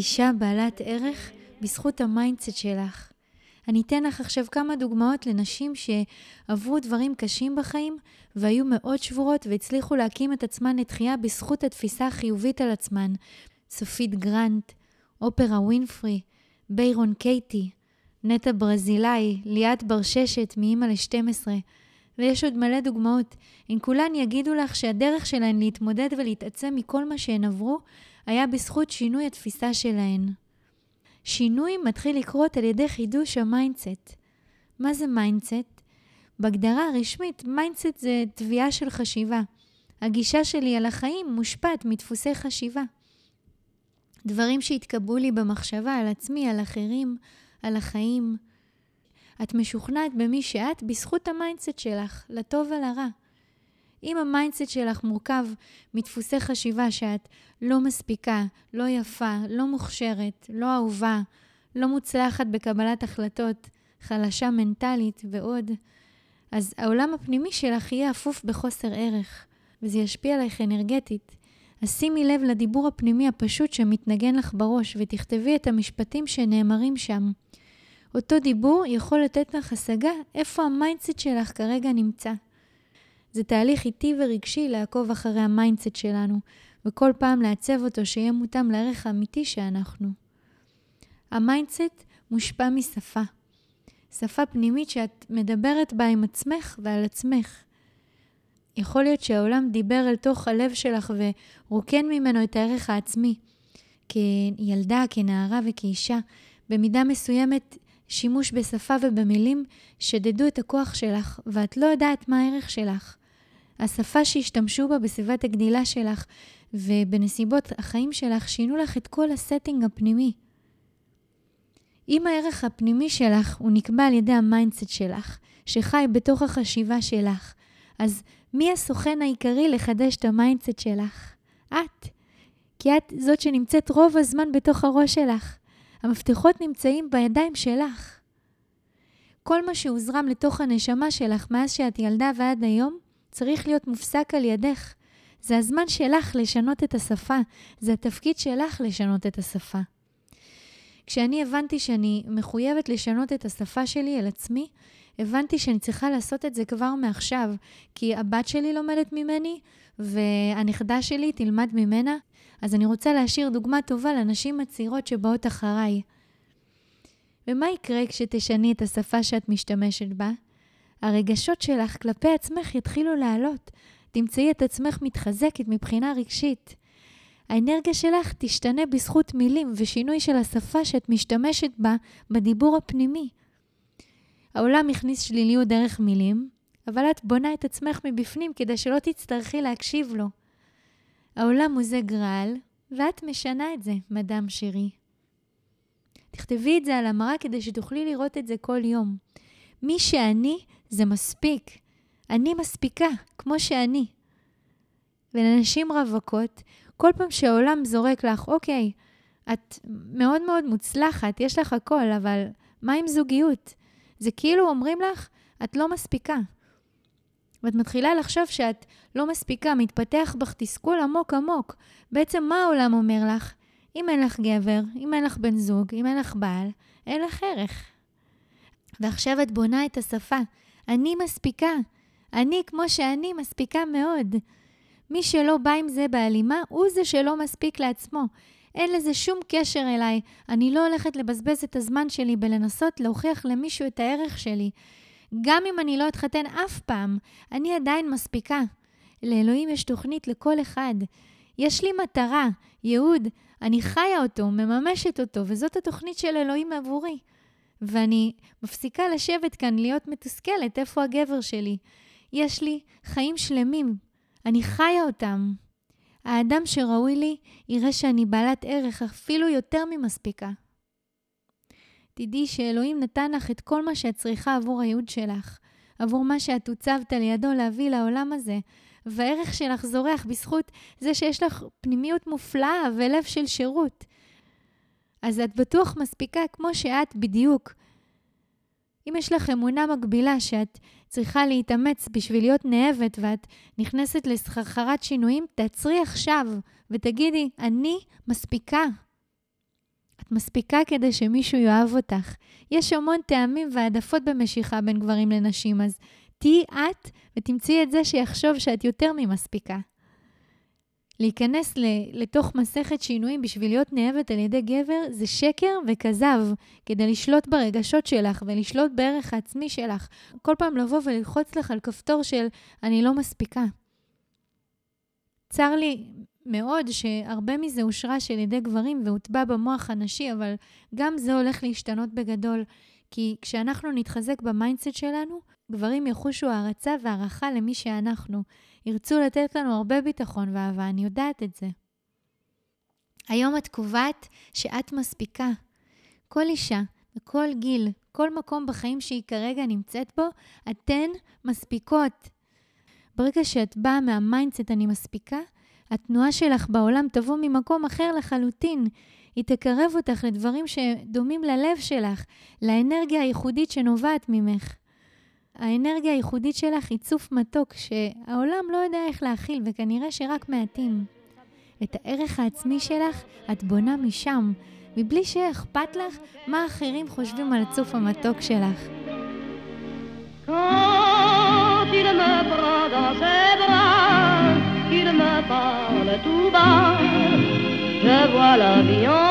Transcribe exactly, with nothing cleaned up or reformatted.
אישה בעלת ערך בזכות המיינדסט שלך. אני אתן לך עכשיו כמה דוגמאות לנשים שעברו דברים קשים בחיים והיו מאוד שבורות והצליחו להקים את עצמן לתחייה בזכות התפיסה החיובית על עצמן. סופית גרנט, אופרה ווינפרי, ביירון קייטי, נטה ברזילאי, ליאת ברששת מאמא ל-שתים עשרה, ויש עוד מלא דוגמאות. אם כולן יגידו לך שהדרך שלהן להתמודד ולהתעצם מכל מה שהן עברו, היה בזכות שינוי התפיסה שלהן. שינוי מתחיל לקרות על ידי חידוש המיינדסט. מה זה מיינדסט? בהגדרה הרשמית, מיינדסט זה תביעה של חשיבה. הגישה שלי על החיים מושפעת מדפוסי חשיבה. דברים שהתקבלו לי במחשבה על עצמי, על אחרים, על החיים. את משוכנעת במי שאת בזכות המיינדסט שלך, לטוב ולרע. אם המיינדסט שלך מורכב מדפוסי חשיבה שאת לא מספיקה, לא יפה, לא מוכשרת, לא אהובה, לא מוצלחת בקבלת החלטות, חלשה מנטלית ועוד, אז העולם הפנימי שלך יהיה אפוף בחוסר ערך, וזה ישפיע עליך אנרגטית. אז שימי לב לדיבור הפנימי הפשוט שמתנגן לך בראש, ותכתבי את המשפטים שנאמרים שם. אותו דיבור יכול לתת לך השגה איפה המיינדסט שלך כרגע נמצא. זה תהליך איטי ורגשי לעקוב אחרי המיינדסט שלנו, וכל פעם לעצב אותו שיהיה מותאם לערך האמיתי שאנחנו. המיינדסט מושפע משפה. שפה פנימית שאת מדברת בה עם עצמך ועל עצמך. יכול להיות שהעולם דיבר אל תוך הלב שלך ורוקן ממנו את הערך העצמי. כילדה, כנערה וכאישה, במידה מסוימת שימוש בשפה ובמילים שדדו את הכוח שלך, ואת לא יודעת מה הערך שלך. השפה שהשתמשו בה בסביבת הגדילה שלך ובנסיבות החיים שלך שינו לך את כל הסטינג הפנימי. אם הערך הפנימי שלך הוא נקבע על ידי המיינדסט שלך, שחי בתוך החשיבה שלך, אז מי הסוכן העיקרי לחדש את המיינדסט שלך? את. כי את זאת שנמצאת רוב הזמן בתוך הראש שלך. המפתחות נמצאים בידיים שלך. כל מה שהוזרם לתוך הנשמה שלך מאז שאת ילדה ועד היום, צריך להיות מופסק על ידך. זה הזמן שלך לשנות את השפה. זה התפקיד שלך לשנות את השפה. כשאני הבנתי שאני מחויבת לשנות את השפה שלי על עצמי, הבנתי שאני צריכה לעשות את זה כבר מעכשיו, כי הבת שלי לומדת ממני, והנכדה שלי תלמד ממנה, אז אני רוצה להשאיר דוגמה טובה לנשים הצעירות שבאות אחריי. ומה יקרה כשתשני את השפה שאת משתמשת בה? הרגשות שלך כלפי עצמך יתחילו לעלות. תמצאי את עצמך מתחזקת מבחינה רגשית. האנרגיה שלך תשתנה בזכות מילים ושינוי של השפה שאת משתמשת בה בדיבור הפנימי. העולם הכניס שליליות דרך מילים, אבל את בונה את עצמך מבפנים כדי שלא תצטרכי להקשיב לו. העולם הוא זה גרל, ואת משנה את זה, מדם שירי. תכתבי את זה על המראה כדי שתוכלי לראות את זה כל יום. מי שאני זה מספיק. אני מספיקה, כמו שאני. ולנשים רווקות, כל פעם שהעולם זורק לך, אוקיי, את מאוד מאוד מוצלחת, יש לך הכל, אבל מה עם זוגיות? זה כאילו אומרים לך, את לא מספיקה. ואת מתחילה לחשוב שאת לא מספיקה, מתפתח בך תסכול עמוק עמוק. בעצם מה העולם אומר לך? אם אין לך גבר, אם אין לך בן זוג, אם אין לך בעל, אין לך ערך. ועכשיו את בונה את השפה. אני מספיקה. אני כמו שאני מספיקה מאוד. מי שלא בא עם זה בהלימה, הוא זה שלא מספיק לעצמו. אין לזה שום קשר אליי. אני לא הולכת לבזבז את הזמן שלי בלנסות להוכיח למישהו את הערך שלי. גם אם אני לא אתחתן אף פעם, אני עדיין מספיקה. לאלוהים יש תוכנית לכל אחד. יש לי מטרה, ייעוד, אני חיה אותו, מממשת אותו, וזאת התוכנית של אלוהים עבורי. ואני מפסיקה לשבת כאן, להיות מתוסכלת, איפה הגבר שלי? יש לי חיים שלמים, אני חיה אותם. האדם שראוי לי יראה שאני בעלת ערך אפילו יותר ממספיקה. תדעי שאלוהים נתן לך את כל מה שאת צריכה עבור הייעוד שלך, עבור מה שאת הוצבת לידו להביא לעולם הזה, והערך שלך זורח בזכות זה שיש לך פנימיות מופלאה ולב של שירות. אז את בטוח מספיקה כמו שאת בדיוק. אם יש לך אמונה מגבילה שאת צריכה להתאמץ בשביל להיות נאהבת ואת נכנסת לסחרחרת שינויים, תעצרי עכשיו ותגידי, אני מספיקה. את מספיקה כדי שמישהו יאהב אותך. יש המון טעמים והעדפות במשיכה בין גברים לנשים, אז תהי את ותמצאי את זה שיחשוב שאת יותר ממספיקה. להיכנס לתוך מסכת שינויים בשביל להיות נאהבת על ידי גבר זה שקר וכזב, כדי לשלוט ברגשות שלך ולשלוט בערך העצמי שלך. כל פעם לבוא וללחוץ לך על כפתור של אני לא מספיקה. צר לי מאוד שהרבה מזה הושרש על ידי גברים והוטבע במוח הנשי, אבל גם זה הולך להשתנות בגדול, כי כשאנחנו נתחזק במיינדסט שלנו, גברים יחושו הערצה והערכה למי שאנחנו. ירצו לתת לנו הרבה ביטחון ואהבה, אני יודעת את זה. היום את קובעת שאת מספיקה. כל אישה, בכל גיל, כל מקום בחיים שהיא כרגע נמצאת בו, אתן מספיקות. ברגע שאת באה מהמיינדסט אני מספיקה, התנועה שלך בעולם תבוא ממקום אחר לחלוטין. היא תקרב אותך לדברים שדומים ללב שלך, לאנרגיה הייחודית שנובעת ממך. האנרגיה הייחודית שלך היא צוף מתוק שהעולם לא יודע איך להכיל, וכנראה שרק מעטים. את הערך העצמי שלך את בונה משם, מבלי שאכפת לך מה אחרים חושבים על הצוף המתוק שלך. Quand il me prend dans ses bras, qu'il me parle tout bas, je vois la vie en